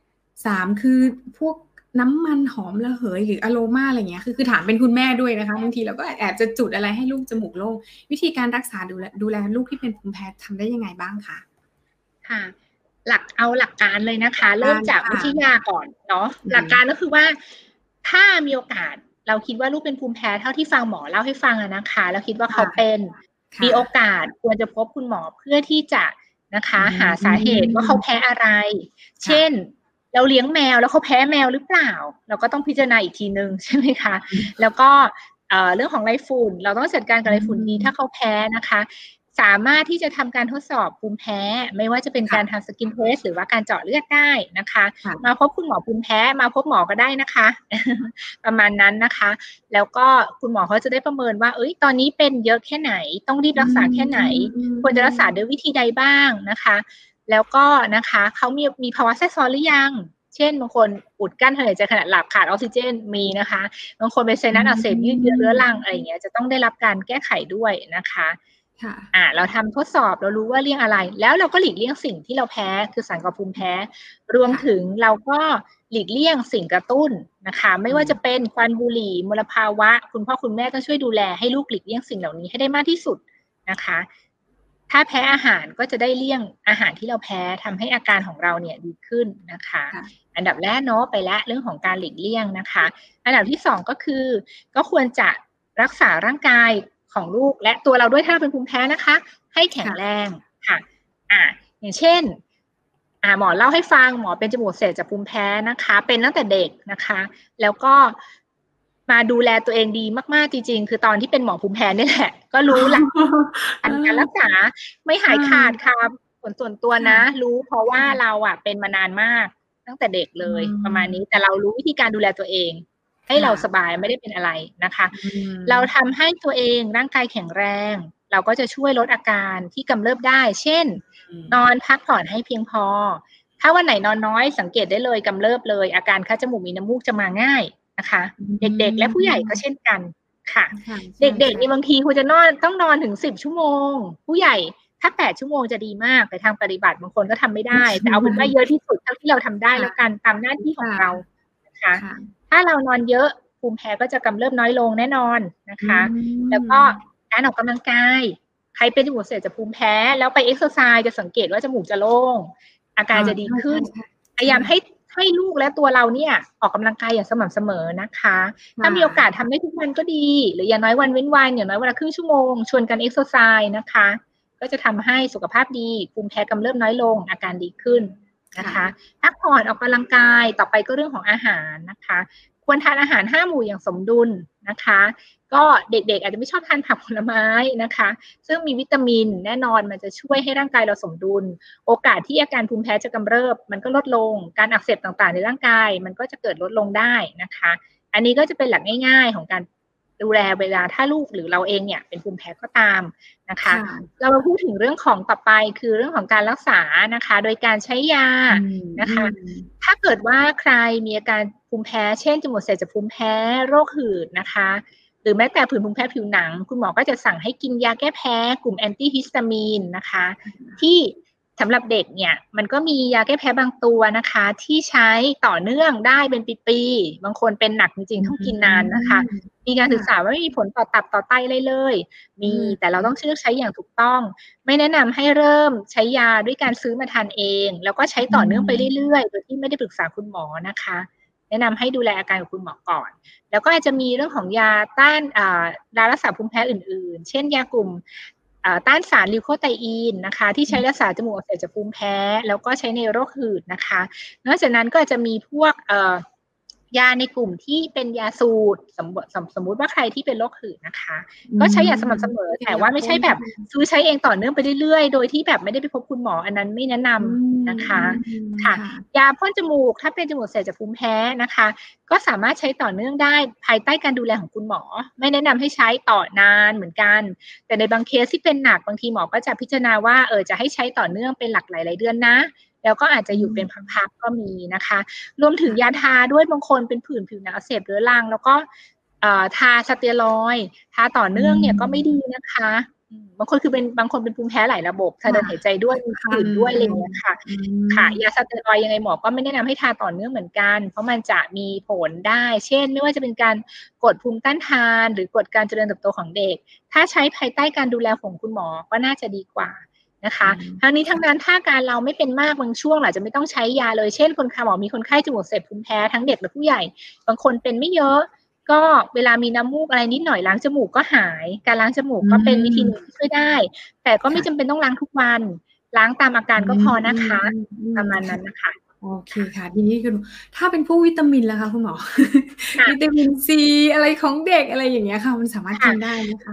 3คือพวกน้ำมันหอมระเหยหรืออะโรมาอะไรเงี้ยคือถามเป็นคุณแม่ด้วยนะคะบางทีเราก็แอบจะจุดอะไรให้ลูกจมูกโล่งวิธีการรักษาดูแลลูกที่เป็นภูมิแพ้ทำได้ยังไงบ้างคะค่ะหลักการเลยนะคะเริ่มจากวิทยาก่อนเนาะหลักการก็คือว่าถ้ามีโอกาสเราคิดว่าลูกเป็นภูมิแพ้เท่าที่ฟังหมอเล่าให้ฟังนะคะแล้วคิดว่าเขาเป็นมีโอกาสควรจะพบคุณหมอเพื่อที่จะนะคะหาสาเหตุว่าเขาแพ้อะไรเช่นเราเลี้ยงแมวแล้วเขาแพ้แมวหรือเปล่าเราก็ต้องพิจารณาอีกทีนึงใช่ไหมคะแล้วก็เรื่องของไรฝุ่นเราต้องจัดการกับไรฝุ่นดีถ้าเขาแพ้นะคะสามารถที่จะทำการทดสอบภูมิแพ้ไม่ว่าจะเป็นการทำสกินเทสหรือว่าการเจาะเลือดได้นะคะมาพบคุณหมอภูมิแพ้มาพบหมอก็ได้นะคะประมาณนั้นนะคะแล้วก็คุณหมอเขาจะได้ประเมินว่าตอนนี้เป็นเยอะแค่ไหนต้องรีบรักษาแค่ไหนควรจะรักษาด้วยวิธีใดบ้างนะคะแล้วก็นะคะเขามีภาวะแทรกซ้อนหรือยังเช่นบางคนอุดกั้นทางเดินหายใจขณะหลับขาดออกซิเจนมีนะคะบางคนเป็นไซนัสอักเสบยืดเยื้อเรื้อรังอะไรอย่างเงี้ยจะต้องได้รับการแก้ไขด้วยนะคะเราทำทดสอบเรารู้ว่าเลี่ยงอะไรแล้วเราก็หลีกเลี่ยงสิ่งที่เราแพ้คือสารก่อภูมิแพ้รวมถึงเราก็หลีกเลี่ยงสิ่งกระตุ้นนะคะไม่ว่าจะเป็นควันบุหรี่มลภาวะคุณพ่อคุณแม่ต้องช่วยดูแลให้ลูกหลีกเลี่ยงสิ่งเหล่านี้ให้ได้มากที่สุดนะคะถ้าแพ้อาหารก็จะได้เลี่ยงอาหารที่เราแพ้ทำให้อาการของเราเนี่ยดีขึ้นนะคะอันดับแรกเนาะไปแล้วเรื่องของการหลีกเลี่ยงนะคะอันดับที่2ก็คือก็ควรจะรักษาร่างกายของลูกและตัวเราด้วยถ้าเราเป็นภูมิแพ้นะคะให้แข็งแรงค่ะอย่างเช่นหมอเล่าให้ฟังหมอเป็นจมูกอักเสบจากภูมิแพ้นะคะเป็นตั้งแต่เด็กนะคะแล้วก็มาดูแลตัวเองดีมากๆจริงๆคือตอนที่เป็นหมอภูมิแพ้นี่แหละก็รู้หลักการรักษาไม่หายขาดค่ะส่วนตัวนะรู้เพราะว่าเราเป็นมานานมากตั้งแต่เด็กเลยประมาณนี้แต่เรารู้วิธีการดูแลตัวเองให้เราสบายไม่ได้เป็นอะไรนะคะเราทำให้ตัวเองร่างกายแข็งแรงเราก็จะช่วยลดอาการที่กำเริบได้เช่นนอนพักผ่อนให้เพียงพอถ้าวันไหนนอนน้อยสังเกตได้เลยกำเริบเลยอาการคัดจมูกมีน้ำมูกจะมาง่ายนะคะเด็กๆและผู้ใหญ่ก็เช่นกันค่ะเด็กๆนี่บางทีคุณจะต้องนอนถึง10 ชั่วโมงผู้ใหญ่ถ้า8 ชั่วโมงจะดีมากแต่ทางปฏิบัติบางคนก็ทำไม่ได้แต่เอาเป็นว่าเยอะที่สุดเท่าที่เราทำได้แล้วกันตามหน้าที่ของเรานะคะถ้าเรานอนเยอะภูมิแพ้ก็จะกำเริบน้อยลงแน่นอนนะคะแล้วก็การออกกำลังกายใครเป็นจมูกอักเสบจากภูมิแพ้แล้วไปเอ็กซ์ไซส์จะสังเกตว่าจมูกจะโล่งอาการจะดีขึ้นพยายามให้ลูกและตัวเราเนี่ยออกกำลังกายอย่างสม่ำเสมอนะคะถ้ามีโอกาสทำได้ทุกวันก็ดีหรืออย่างน้อยวันเว้นวันอย่างน้อยวันละครึ่งชั่วโมงชวนกันเอ็กซ์ไซส์นะคะก็จะทำให้สุขภาพดีภูมิแพ้กำเริบน้อยลงอาการดีขึ้นนะคะพักผ่อนออกกำลังกายต่อไปก็เรื่องของอาหารนะคะควรทานอาหาร5 หมู่อย่างสมดุลนะคะก็เด็กๆอาจจะไม่ชอบทานผักผลไม้นะคะซึ่งมีวิตามินแน่นอนมันจะช่วยให้ร่างกายเราสมดุลโอกาสที่อาการภูมิแพ้จะกำเริบมันก็ลดลงการอักเสบต่างๆในร่างกายมันก็จะเกิดลดลงได้นะคะอันนี้ก็จะเป็นหลักง่ายๆของการดูแลเวลาถ้าลูกหรือเราเองเนี่ยเป็นภูมิแพ้ก็ตามนะคะเรามาพูดถึงเรื่องของต่อไปคือเรื่องของการรักษานะคะโดยการใช้ยานะคะถ้าเกิดว่าใครมีอาการภูมิแพ้เช่นจมูกอักเสบจากภูมิแพ้โรคหืดนะคะหรือแม้แต่ผื่นภูมิแพ้ผิวหนังคุณหมอก็จะสั่งให้กินยาแก้แพ้กลุ่มแอนตี้ฮิสตามีนนะคะที่สำหรับเด็กเนี่ยมันก็มียาแก้แพ้บางตัวนะคะที่ใช้ต่อเนื่องได้เป็นปีๆบางคนเป็นหนักจริงๆต้องกินนานนะคะมีการศึกษาว่าไม่มีผลต่อตับต่อไตเลยมีแต่เราต้องเลือกใช้อย่างถูกต้องไม่แนะนำให้เริ่มใช้ยาด้วยการซื้อมาทานเองแล้วก็ใช้ต่อเนื่องไปเรื่อยๆโดยที่ไม่ได้ปรึกษาคุณหมอนะคะแนะนำให้ดูแลอาการกับคุณหมอก่อนแล้วก็อาจจะมีเรื่องของยาต้านยารักษาภูมิแพ้อื่นๆเช่นยากลุ่มต้านสารลิวโคไทอีนนะคะที่ใช้รักษาจมูกอักเสบจากภูมิแพ้แล้วก็ใช้ในโรคหืดนะคะนอกจากนั้นก็จะมีพวกยาในกลุ่มที่เป็นยาสูตรสมมุติว่าใครที่เป็นโรคหืดนะคะก็ใช้อย่างสม่ำเสมอแต่ว่าไม่ใช่แบบซื้อใช้เองต่อเนื่องไปเรื่อยๆโดยที่แบบไม่ได้ไปพบคุณหมออันนั้นไม่แนะนำนะคะค่ะยาพ่นจมูกถ้าเป็นจมูกอักเสบจากภูมิแพ้นะคะก็สามารถใช้ต่อเนื่องได้ภายใต้การดูแลของคุณหมอไม่แนะนำให้ใช้ต่อนานเหมือนกันแต่ในบางเคสที่เป็นหนักบางทีหมอก็จะพิจารณาว่าจะให้ใช้ต่อเนื่องเป็นหลักหลายๆเดือนนะแล้วก็อาจจะอยู่เป็นพักๆก็มีนะคะรวมถึงยาทาด้วยบางคนเป็นผื่นผิวหนังอักเสบเรื้อรังแล้วก็ทาสเตียรอยด์ทาต่อเนื่องเนี่ยก็ไม่ดีนะคะบางคนเป็นภูมิแพ้หลายระบบทางเดินหายใจด้วยมีผื่นด้วยอะไรอย่างเงี้ยค่ะค่ะยาสเตียรอยด์ยังไงหมอก็ไม่แนะนำให้ทาต่อเนื่องเหมือนกันเพราะมันจะมีผลได้เช่นไม่ว่าจะเป็นการกดภูมิต้านทานหรือกดการเจริญเติบโตของเด็กถ้าใช้ภายใต้การดูแลของคุณหมอก็น่าจะดีกว่านะคะทั้งนี้ทั้งนั้นถ้าการเราไม่เป็นมากบางช่วงอาจจะไม่ต้องใช้ยาเลยเช่นคนหมอมีคนไข้จมูกอักเสบภูมิแพ้ทั้งเด็กและผู้ใหญ่บางคนเป็นไม่เยอะก็เวลามีน้ำมูกอะไรนิดหน่อยล้างจมูกก็หายการล้างจมูกก็เป็นวิธีนึงที่ช่วยได้แต่ก็ไม่จำเป็นต้องล้างทุกวันล้างตามอาการก็พอนะคะประมาณนั้นนะคะโอเคค่ะทีนี้คือถ้าเป็นพวกวิตามินล่ะคะคุณหมอวิตามินซีอะไรของเด็กอะไรอย่างเงี้ยค่ะมันสามารถกินได้ไหมคะ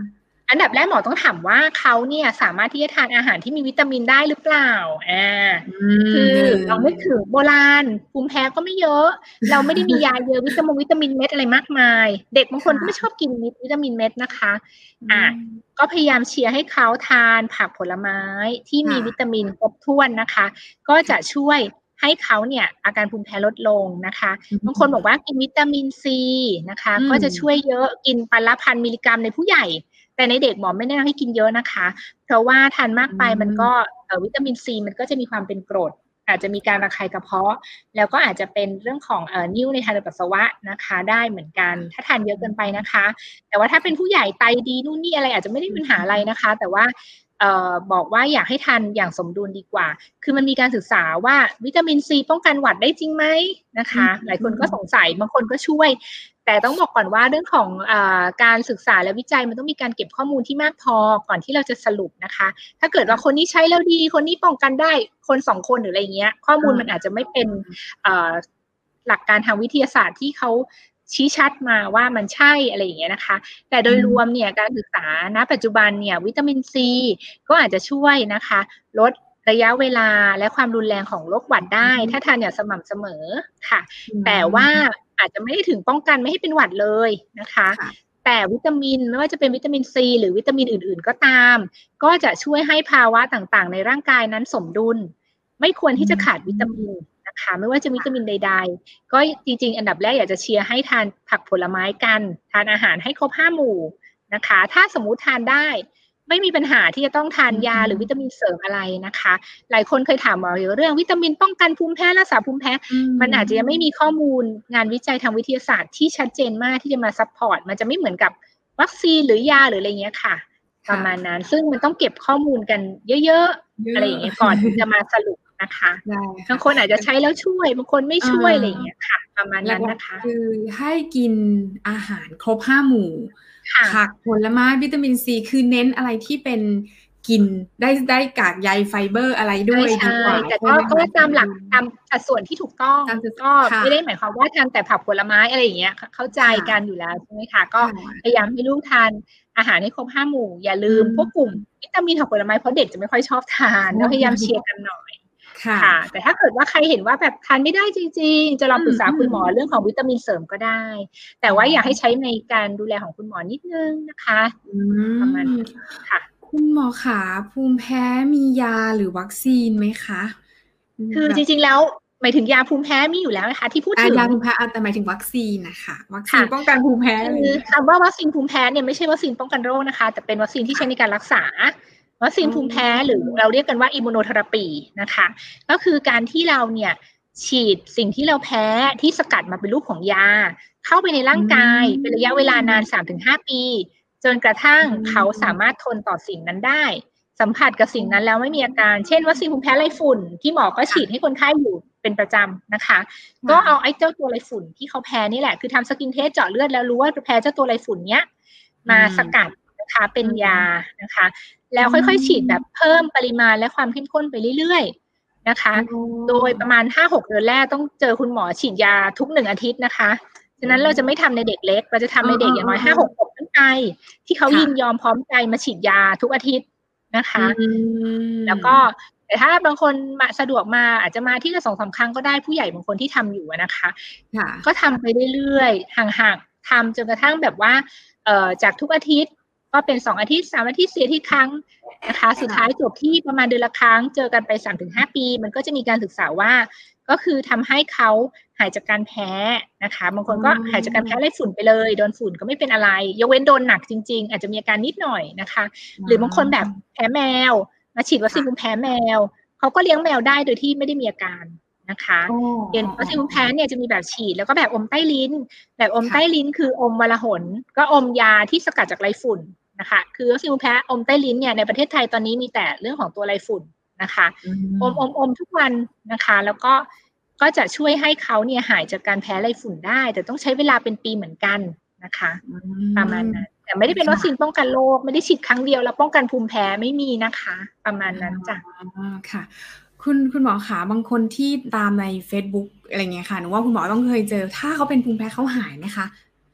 อันดับแรกหมอต้องถามว่าเขาเนี่ยสามารถที่จะทานอาหารที่มีวิตามินได้หรือเปล่าคือเราไม่ถึงโบราณภูมิแพ้ก็ไม่เยอะเราไม่ได้มียาเยอะวิตามินเม็ดอะไรมากมายเด็กบางคนก็ไม่ชอบกินวิตามินเม็ดนะคะก็พยายามเชียร์ให้เขาทานผักผลไม้ที่มีวิตามินครบถ้วนนะคะก็จะช่วยให้เขาเนี่ยอาการภูมิแพ้ลดลงนะคะบางคนบอกว่ากินวิตามินซีนะคะก็จะช่วยเยอะกินวันละ1,000 มิลลิกรัมในผู้ใหญ่แต่ในเด็กหมอไม่แนะนำให้กินเยอะนะคะเพราะว่าทานมากไปมันก็วิตามินซีมันก็จะมีความเป็นกรดอาจจะมีการระคายกระเพาะแล้วก็อาจจะเป็นเรื่องของนิ่วในทางเดินปัสสาวะนะคะได้เหมือนกันถ้าทานเยอะเกินไปนะคะแต่ว่าถ้าเป็นผู้ใหญ่ไตดีนู่นนี่อะไรอาจจะไม่ได้มีปัญหาอะไรนะคะแต่ว่าบอกว่าอยากให้ทานอย่างสมดุลดีกว่าคือมันมีการศึกษาว่าวิตามินซีป้องกันหวัดได้จริงไหมนะคะหลายคนก็สงสัยบางคนก็ช่วยแต่ต้องบอกก่อนว่าเรื่องของการศึกษาและวิจัยมันต้องมีการเก็บข้อมูลที่มากพอก่อนที่เราจะสรุปนะคะถ้าเกิดว่าคนนี้ใช้แล้วดีคนนี้ป้องกันได้คน2 คนหรืออะไรเงี้ยข้อมูลมันอาจจะไม่เป็นหลักการทางวิทยาศาสตร์ที่เขาชี้ชัดมาว่ามันใช่อะไรอย่างเงี้ยนะคะแต่โดยรวมเนี่ยการศึกษาณปัจจุบันเนี่ยวิตามินซีก็อาจจะช่วยนะคะลดระยะเวลาและความรุนแรงของโรคหวัดได้ถ้าทานอย่างสม่ำเสมอค่ะแต่ว่าอาจจะไม่ได้ถึงป้องกันไม่ให้เป็นหวัดเลยนะคะแต่วิตามินไม่ว่าจะเป็นวิตามินซีหรือวิตามินอื่นๆก็ตามก็จะช่วยให้ภาวะต่างๆในร่างกายนั้นสมดุลไม่ควรที่จะขาดวิตามินนะคะไม่ว่าจะวิตามินใดๆก็จริงๆอันดับแรกอยากจะเชียร์ให้ทานผักผลไม้กันทานอาหารให้ครบ5 หมู่นะคะถ้าสมมุติทานได้ไม่มีปัญหาที่จะต้องทานยาหรือวิตามินเสริมอะไรนะคะหลายคนเคยถามหมอเรื่องวิตามินป้องกันภูมิแพ้รักษาภูมิแพ้มันอาจจะยังไม่มีข้อมูลงานวิจัยทางวิทยาศาสตร์ที่ชัดเจนมากที่จะมาซัพพอร์ตมันจะไม่เหมือนกับวัคซีนหรือยาหรืออะไรเงี้ยค่ะประมาณนั้นซึ่งมันต้องเก็บข้อมูลกันเยอะๆอะไรอย่างเงี้ยก่อนที่จะมาสรุปนะคะบางคนอาจจะใช้แล้วช่วยบางคนไม่ช่วยอะไรอย่างเงี้ยค่ะประมาณนั้นนะคะคือให้กินอาหารครบ5 หมู่ผักผลไม้วิตามินซีคือเน้นอะไรที่เป็นกินได้กากใยไฟเบอร์อะไรด้วยดีกว่าแต่ก็ตามหลักตามสัดส่วนที่ถูกต้องก็ไม่ได้หมายความว่าทานแต่ผักผลไม้อะไรอย่างเงี้ยเข้าใจกันอยู่แล้วใช่ไหมคะก็พยายามให้ลูกทานอาหารให้ครบ5 หมู่อย่าลืมพวกกลุ่มวิตามินผักผลไม้เพราะเด็กจะไม่ค่อยชอบทานก็พยายามเชียร์กันหน่อยค่ะแต่ถ้าเกิดว่าใครเห็นว่าแบบทานไม่ได้จริงๆจะลองปรึกษาคุณหมอเรื่องของวิตามินเสริมก็ได้แต่ว่าอยากให้ใช้ในการดูแลของคุณหมอนิดนึงนะคะประมาณนี้ค่ะคุณหมอขาภูมิแพ้มียาหรือวัคซีนไหมคะคือจริงๆแล้วหมายถึงยาภูมิแพ้มีอยู่แล้วนะคะที่พูดถึงยาภูมิแพ้แต่หมายถึงวัคซีนนะคะวัคซีนป้องกันภูมิแพ้คือคำว่าวัคซีนภูมิแพ้เนี่ยไม่ใช่วัคซีนป้องกันโรคนะคะแต่เป็นวัคซีนที่ใช้ในการรักษาวัคซีนภูมิแพ้หรือเราเรียกกันว่าอิมมูโนเทอราปีนะคะก็คือการที่เราเนี่ยฉีดสิ่งที่เราแพ้ที่สกัดมาเป็นรูปของยาเข้าไปในร่างกายเป็นระยะเวลานาน 3-5 ปีจนกระทั่งเขาสามารถทนต่อสิ่งนั้นได้สัมผัสกับสิ่งนั้นแล้วไม่มีอาการเช่นวัคซีนภูมิแพ้ไรฝุ่นที่หมอก็ฉีดให้คนไข้อยู่เป็นประจำนะคะก็เอาไอ้เจ้าตัวไรฝุ่นที่เขาแพ้นี่แหละคือทำสกินเทสเจาะเลือดแล้วรู้ว่าแพ้เจ้าตัวไรฝุ่นเนี้ยมาสกัดนะคะเป็นยานะคะแล้วค่อยๆฉีดแบบเพิ่มปริมาณและความเข้มข้นไปเรื่อยๆนะคะโดยประมาณ 5-6 เดือนแรกต้องเจอคุณหมอฉีดยาทุก1 อาทิตย์นะคะฉะนั้นเราจะไม่ทำในเด็กเล็กเราจะทำในเด็กอย่างน้อย 5-6 ขวบขึ้นไปที่เขายินยอมพร้อมใจมาฉีดยาทุกอาทิตย์นะคะแล้วก็แต่ถ้าบางคนมาสะดวกมาอาจจะมาที่ละ 2-3 ครั้งก็ได้ผู้ใหญ่บางคนที่ทำอยู่นะคะก็ทำไปเรื่อยๆห่างๆทำจนกระทั่งแบบว่าจากทุกอาทิตย์ก็เป็น2 อาทิตย์3 อาทิตย์4 อาทิตย์ครั้งนะคะสุดท้ายจบที่ประมาณเดือนละครั้งเจอกันไป 3-5 ปีมันก็จะมีการศึกษาว่าก็คือทำให้เขาหายจากการแพ้นะคะบางคนก็หายจากการแพ้ไรฝุ่นไปเลยโดนฝุ่นก็ไม่เป็นอะไรยกเว้นโดนหนักจริงๆอาจจะมีอาการนิดหน่อยนะคะหรือบางคนแบบแพ้แมวมาฉีดวัคซีนภูมิแพ้แมวเขาก็เลี้ยงแมวได้โดยที่ไม่ได้มีอาการนะคะวัคซีนภูมิแพ้เนี่ยจะมีแบบฉีดแล้วก็แบบอมใต้ลิ้นแบบอมใต้ลิ้นคืออมวันละหนก็อมยาที่สกัดจากไรฝุ่นนะคะคือวัคซีนภูมิแพ้อมใต้ลิ้นเนี่ยในประเทศไทยตอนนี้มีแต่เรื่องของตัวไรฝุ่นนะคะอมทุกวันนะคะแล้วก็จะช่วยให้เขาเนี่ยหายจากการแพ้ไรฝุ่นได้แต่ต้องใช้เวลาเป็นปีเหมือนกันนะคะประมาณนั้นแต่ไม่ได้เป็นวัคซีนป้องกันโรคไม่ได้ฉีดครั้งเดียวแล้วป้องกันภูมิแพ้ไม่มีนะคะประมาณนั้นจ้ะค่ะคุณหมอขาบางคนที่ตามใน Facebook อะไรเงี้ยค่ะหนูว่าคุณหมอต้องเคยเจอถ้าเขาเป็นภูมิแพ้เขาหายไหมคะ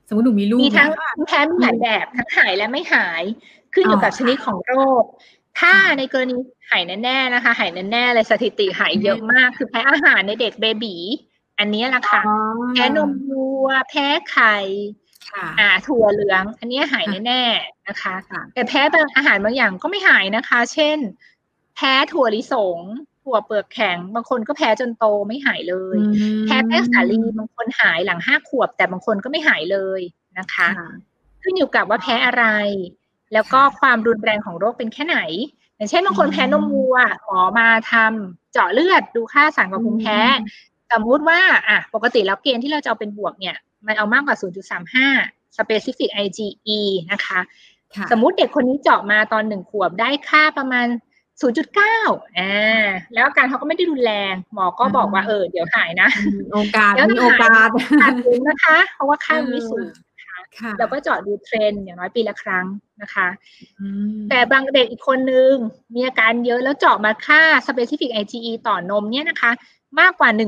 สมมติหนูมีลูกมีทั้งภูมิแพ้มีหลายแบบทั้งหายและไม่หายขึ้นอยู่กับชนิดของโรคถ้าในกรณีหายแน่ๆนะคะหายแน่ๆเลยสถิติหายเยอะมากคือแพ้อาหารในเด็กเบบีอันนี้แหละค่ะแพ้นมวัวแพ้ไข่ถั่วเหลืองอันนี้หายแน่ๆนะคะแต่แพ้บางอาหารบางอย่างก็ไม่หายนะคะเช่นแพ้ถั่วลิสงถั่วเปลือกแข็งบางคนก็แพ้จนโตไม่หายเลยแพ้แป้งสาลีบางคนหายหลัง5 ขวบแต่บางคนก็ไม่หายเลยนะคะขึ้นอยู่กับว่าแพ้อะไรแล้วก็ความรุนแรงของโรคเป็นแค่ไหนอย่างเช่นบางคนแพ้นมวัวหมอมาทำเจาะเลือดดูค่าสารก่อภูมิแพ้สมมุติว่าปกติแล้วเกณฑ์ที่เราจะเอาเป็นบวกเนี่ยมันเอามากกว่า 0.35 specific IgE นะคะสมมุติเด็กคนนี้เจาะมาตอน1 ขวบได้ค่าประมาณ 0.9 แล้วอาการเขาก็ไม่ได้รุนแรงหมอก็บอกว่าเดี๋ยวหายนะโอกาสมีโอกาสสูงนะคะเพราะว่าค่าไม่สูงเราก็เจาะดูเทรนด์อย่างน้อยปีละครั้งนะคะแต่บางเด็กอีกคนนึงมีอาการเยอะแล้วเจาะมาค่า specific IgE ต่อนมเนี่ยนะคะมากกว่า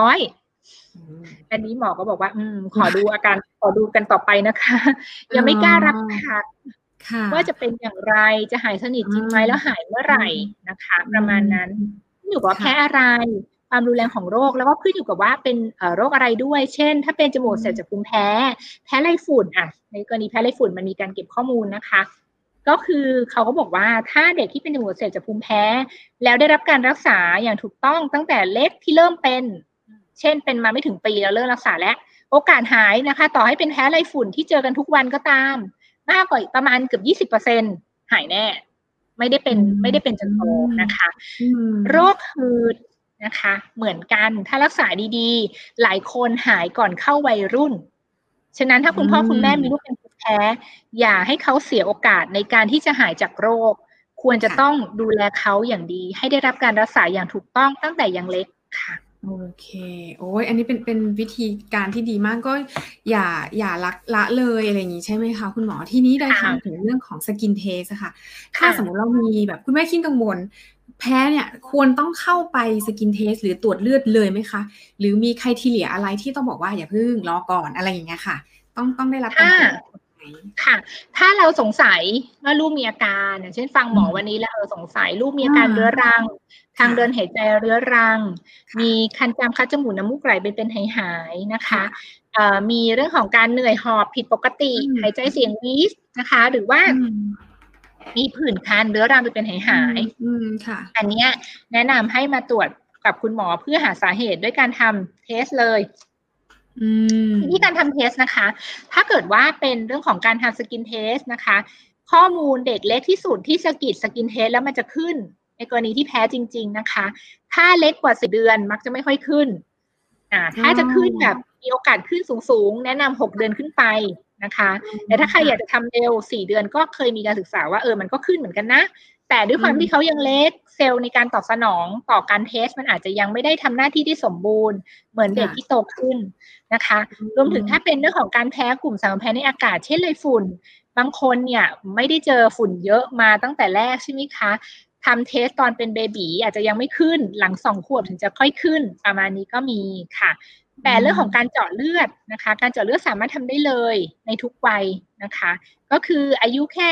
100อันนี้หมอก็บอกว่าขอดูอาการขอดูกันต่อไปนะคะยังไม่กล้ารับปากว่าจะเป็นอย่างไรจะหายสนิทจริงไหมแล้วหายเมื่อไหร่นะคะประมาณนั้นขึ้นอยู่กับว่าแพ้อะไรความรุนแรงของโรคแล้วก็ขึ้นอยู่กับว่าเป็นโรคอะไรด้วยเช่นถ้าเป็นจมูกอักเสบจากภูมิแพ้ไรฝุ่นในกรณีแพ้ไรฝุ่นมันมีการเก็บข้อมูลนะคะก็คือเขาก็บอกว่าถ้าเด็กที่เป็นจมูกอักเสบจากภูมิแพ้แล้วได้รับการรักษาอย่างถูกต้องตั้งแต่เล็กที่เริ่มเป็นเช่นเป็นมาไม่ถึงปีแล้วเริ่มรักษาแล้วโอกาสหายนะคะต่อให้เป็นแพ้ไรฝุ่นที่เจอกันทุกวันก็ตามมากกว่าประมาณเกือบ 20% หายแน่ไม่ได้เป็นจนโตนะคะโรคหืดนะคะเหมือนกันถ้ารักษาดีๆหลายคนหายก่อนเข้าวัยรุ่นฉะนั้นถ้าคุณพ่อคุณแม่มีลูกเป็นภูมิแพ้อย่าให้เขาเสียโอกาสในการที่จะหายจากโรคควรจะต้องดูแลเขาอย่างดีให้ได้รับการรักษาอย่างถูกต้องตั้งแต่ยังเล็กค่ะโอเคโอ้ยอันนี้เป็นวิธีการที่ดีมากก็อย่าละเลยอะไรอย่างนี้ใช่ไหมคะคุณหมอที่นี้ได้ถามถึงเรื่องของสกินเทสค่ะถ้าสมมติเรามีแบบคุณแม่ขี้กังวลแพ้เนี่ยควรต้องเข้าไปสกินเทสหรือตรวจเลือดเลยไหมคะหรือมีไครทีเรียอะไรที่ต้องบอกว่าอย่าเพิ่งรอก่อนอะไรอย่างเงี้ยค่ะต้องได้รับการตรวจค่ะถ้าเราสงสัยว่าลูกมีอาการอย่างเช่นฟังหมอวันนี้แล้วสงสัยลูกมีอาการเรื้อรังทางเดินหายใจเรื้อรังมีคันจามคัดจมูกน้ำมูกไหลเป็นหายนะคะมีเรื่องของการเหนื่อยหอบผิดปกติหายใจเสียงวีสนะคะหรือว่ามีผื่นคันเรื้อรังเป็นหายอันนี้แนะนำให้มาตรวจกับคุณหมอเพื่อหาสาเหตุด้วยการทำเทสเลยที่การทำเทสนะคะถ้าเกิดว่าเป็นเรื่องของการทำสกินเทสนะคะข้อมูลเด็กเล็กที่สุดที่สกินเทสแล้วมันจะขึ้นในกรณีที่แพ้จริงๆนะคะถ้าเล็กกว่า10 เดือนมักจะไม่ค่อยขึ้นถ้าจะขึ้นแบบมีโอกาสขึ้นสูงๆแนะนำ6 เดือนขึ้นไปนะคะแต่ถ้าใครอยากจะทำเร็ว4 เดือนก็เคยมีการศึกษาว่ามันก็ขึ้นเหมือนกันนะแต่ด้วยความที่เขายังเล็กเซลล์ในการตอบสนองต่อการเทสมันอาจจะยังไม่ได้ทำหน้าที่ที่สมบูรณ์เหมือนเด็กที่โตขึ้นนะคะรวมถึงถ้าเป็นเรื่องของการแพ้กลุ่มสารแพ้ในอากาศเช่นไรฝุ่นบางคนเนี่ยไม่ได้เจอฝุ่นเยอะมาตั้งแต่แรกใช่ไหมคะทำเทสตอนเป็นเบบีอาจจะยังไม่ขึ้นหลัง2 ขวบถึงจะค่อยขึ้นประมาณนี้ก็มีค่ะแต่เรื่องของการเจาะเลือดนะคะการเจาะเลือดสามารถทำได้เลยในทุกวัยนะคะก็คืออายุแค่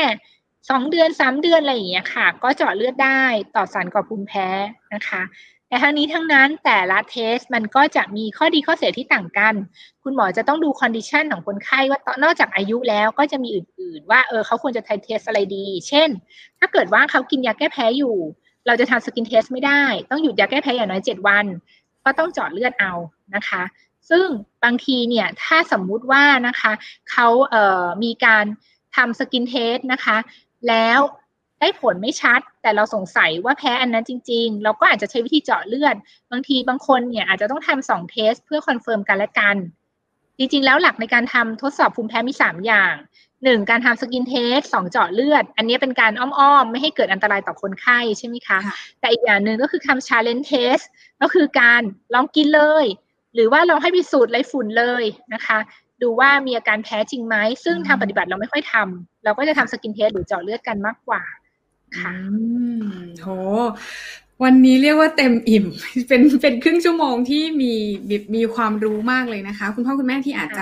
2 เดือน3 เดือนอะไรอย่างเงี้ยค่ะก็เจาะเลือดได้ต่อสารก่อภูมิแพ้นะคะแต่ทั้งนี้ทั้งนั้นแต่ละเทสมันก็จะมีข้อดีข้อเสียที่ต่างกันคุณหมอจะต้องดูคอนดิชันของคนไข้ว่านอกจากอายุแล้วก็จะมีอื่นๆว่าเขาควรจะทำเทสอะไรดีเช่นถ้าเกิดว่าเขากินยาแก้แพ้อยู่เราจะทำสกินเทสไม่ได้ต้องหยุดยาแก้แพ้อย่างน้อย7 วันก็ต้องเจาะเลือดเอานะคะซึ่งบางทีเนี่ยถ้าสมมุติว่านะคะเขามีการทำสกินเทสนะคะแล้วได้ผลไม่ชัดแต่เราสงสัยว่าแพ้อันนั้นจริงๆเราก็อาจจะใช้วิธีเจาะเลือดบางทีบางคนเนี่ยอาจจะต้องทำ2 เทสเพื่อคอนเฟิร์มกันและกันจริงๆแล้วหลักในการทำทดสอบภูมิแพ้มี3 อย่าง1การทำสกินเทส2เจาะเลือดอันนี้เป็นการอ้อมๆไม่ให้เกิดอันตรายต่อคนไข้ใช่ไหมคะแต่อีกอย่างหนึ่งก็คือทำ challenge test ก็คือการลองกินเลยหรือว่าลองให้พิสูจน์ไรฝุ่นเลยนะคะดูว่ามีอาการแพ้จริงไหมซึ่งทางปฏิบัติเราไม่ค่อยทำเราก็จะทำสกินเทสหรือเจาะเลือดกันมากกว่าค่ะโหวันนี้เรียกว่าเต็มอิ่มเป็นครึ่งชั่วโมงที่มีความรู้มากเลยนะคะคุณพ่อคุณแม่ที่อาจจะ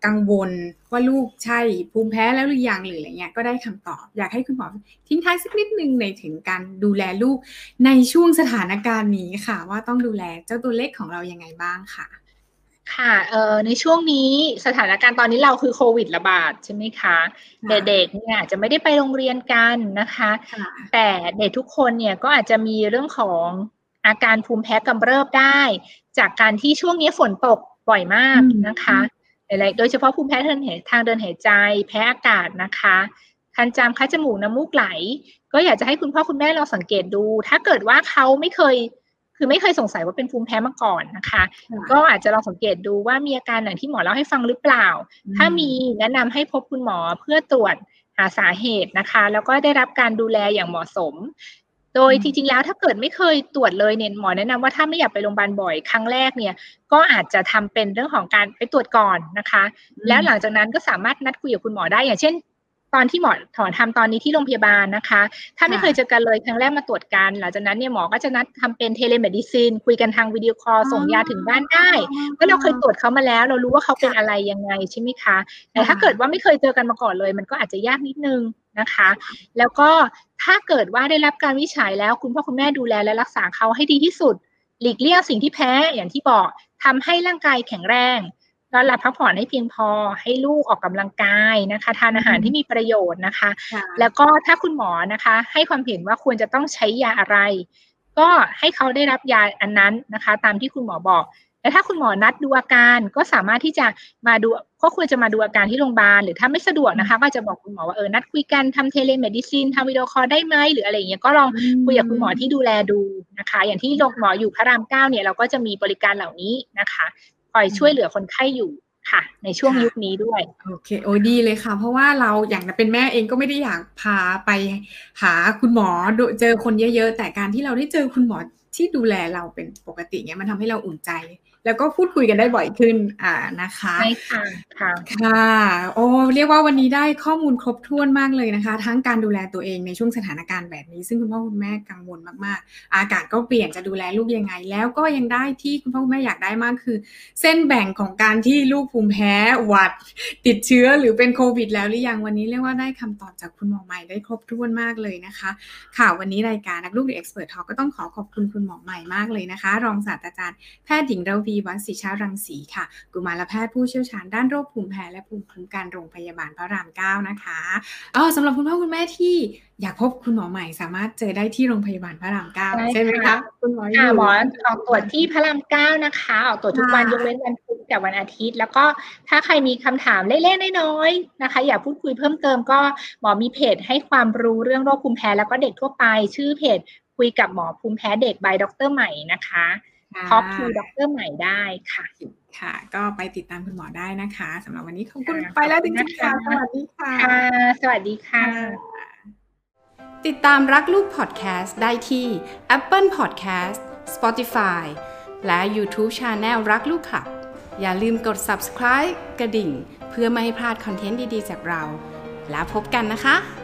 กังวลว่าลูกใช่ภูมิแพ้แล้วหรือยังหรืออะไรเงี้ยก็ได้คำตอบอยากให้คุณหมอทิ้งท้ายสักนิดนึงในถึงการดูแลลูกในช่วงสถานการณ์นี้ค่ะว่าต้องดูแลเจ้าตัวเล็กของเรายังไงบ้างค่ะค่ะในช่วงนี้สถานการณ์ตอนนี้เราคือโควิดระบาดใช่ไหมคะเด็กๆเนี่ยจะไม่ได้ไปโรงเรียนกันนะคะแต่เด็กทุกคนเนี่ยก็อาจจะมีเรื่องของอาการภูมิแพ้กำเริบได้จากการที่ช่วงนี้ฝนตกบ่อยมากนะคะโดยเฉพาะภูมิแพ้ทางเดินหายใจแพ้อากาศนะคะคันจามคัดจมูกน้ำมูกไหลก็อยากจะให้คุณพ่อคุณแม่ลองสังเกตดูถ้าเกิดว่าเขาไม่เคยสงสัยว่าเป็นภูมิแพ้มาก่อนนะคะก็อาจจะลองสังเกตดูว่ามีอาการอย่างที่หมอเล่าให้ฟังหรือเปล่าถ้ามีแนะนำให้พบคุณหมอเพื่อตรวจหาสาเหตุนะคะแล้วก็ได้รับการดูแลอย่างเหมาะสมโดยจริงๆแล้วถ้าเกิดไม่เคยตรวจเลยเนี่ยหมอแนะนำว่าถ้าไม่อยากไปโรงพยาบาลบ่อยครั้งแรกเนี่ยก็อาจจะทำเป็นเรื่องของการไปตรวจก่อนนะคะแล้วหลังจากนั้นก็สามารถนัดคุยกับคุณหมอได้อย่างเช่นตอนที่หมอทำตอนนี้ที่โรงพยาบาลนะคะถ้าไม่เคยเจอกันเลยครั้งแรกมาตรวจกันหลังจากนั้นเนี่ยหมอก็จะนัดทำเป็นเทเลเมดิซินคุยกันทางวิดีโอคอลส่งยาถึงบ้านได้เพราะเราเคยตรวจเขามาแล้วเรารู้ว่าเขาเป็นอะไรยังไงใช่ไหมคะแต่ถ้าเกิดว่าไม่เคยเจอกันมาก่อนเลยมันก็อาจจะยากนิดนึงนะคะแล้วก็ถ้าเกิดว่าได้รับการวิจัยแล้วคุณพ่อคุณแม่ดูแลและรักษาเขาให้ดีที่สุดหลีกเลี่ยงสิ่งที่แพ้อย่างที่บอกทำให้ร่างกายแข็งแรงนอนหลับพักผ่อนให้เพียงพอให้ลูกออกกำลังกายนะคะทานอาหารที่มีประโยชน์นะคะแล้วก็ถ้าคุณหมอนะคะให้ความเห็นว่าควรจะต้องใช้ยาอะไรก็ให้เขาได้รับยาอันนั้นนะคะตามที่คุณหมอบอกและถ้าคุณหมอนัดดูอาการก็สามารถที่จะมาดูก็ควรจะมาดูอาการที่โรงพยาบาลหรือถ้าไม่สะดวกนะคะก็จะบอกคุณหมอว่านัดคุยกันทำเทเลเมดิซินทำวิดีโอคอลได้ไหมหรืออะไรอย่างเงี้ยก็ลองคุยกับคุณหมอที่ดูแลดูนะคะอย่างที่โรงหมออยู่พระราม 9เนี่ยเราก็จะมีบริการเหล่านี้นะคะคอยช่วยเหลือคนไข้อยู่ค่ะในช่วงยุคนี้ด้วยโอเคโอ้ดีเลยค่ะเพราะว่าเราอย่างเป็นแม่เองก็ไม่ได้อยากพาไปหาคุณหมอเจอคนเยอะๆแต่การที่เราได้เจอคุณหมอที่ดูแลเราเป็นปกติเงี้ยมันทำให้เราอุ่นใจแล้วก็พูดคุยกันได้บ่อยขึ้นนะคะใช่ค่ะค่ะโอ้เรียกว่าวันนี้ได้ข้อมูลครบถ้วนมากเลยนะคะทั้งการดูแลตัวเองในช่วงสถานการณ์แบบนี้ซึ่งคุณพ่อคุณแม่กังวลมากๆอากาศก็เปลี่ยนจะดูแลลูกยังไงแล้วก็ยังได้ที่คุณพ่อคุณแม่อยากได้มากคือเส้นแบ่งของการที่ลูกภูมิแพ้หวัดติดเชื้อหรือเป็นโควิดแล้วหรือยังวันนี้เรียกว่าได้คำตอบจากคุณหมอใหม่ได้ครบถ้วนมากเลยนะคะค่ะวันนี้รายการนักลูก The Expert Talk ก็ต้องขอบคุณคุณหมอใหม่มากเลยนะคะรองศาสตราจารย์แพทย์หญิงระวีวรรณศิชารังสีค่ะกุมารแพทย์ผู้เชี่ยวชาญด้านโรคภูมิแพ้และภูมิคุ้มกันโรงพยาบาลพระราม 9นะคะสำหรับคุณพ่อคุณแม่ที่อยากพบคุณหมอใหม่สามารถเจอได้ที่โรงพยาบาลพระราม 9ใช่ไหมคะคุณหมอหมอออกตรวจที่พระราม 9นะคะออกตรวจทุกวันยกเว้นวันพุธกับวันอาทิตย์แล้วก็ถ้าใครมีคำถามเล็กๆน้อยๆนะคะอยากพูดคุยเพิ่มเติมก็หมอมีเพจให้ความรู้เรื่องโรคภูมิแพ้แล้วก็เด็กทั่วไปชื่อเพจคุยกับหมอภูมิแพ้เด็ก by ดร.ใหม่นะคะTalk to ดร.ใหม่ได้ค่ะก็ไปติดตามคุณหมอได้นะคะสำหรับวันนี้ขอบคุณไปแล้วจริงๆค่ะสวัสดีค่ะสวัสดีค่ะติดตามรักลูกพอดแคสต์ได้ที่ Apple Podcast Spotify และ YouTube Channel รักลูกค่ะอย่าลืมกด Subscribe กระดิ่งเพื่อไม่ให้พลาดคอนเทนต์ดีๆจากเราแล้วพบกันนะคะ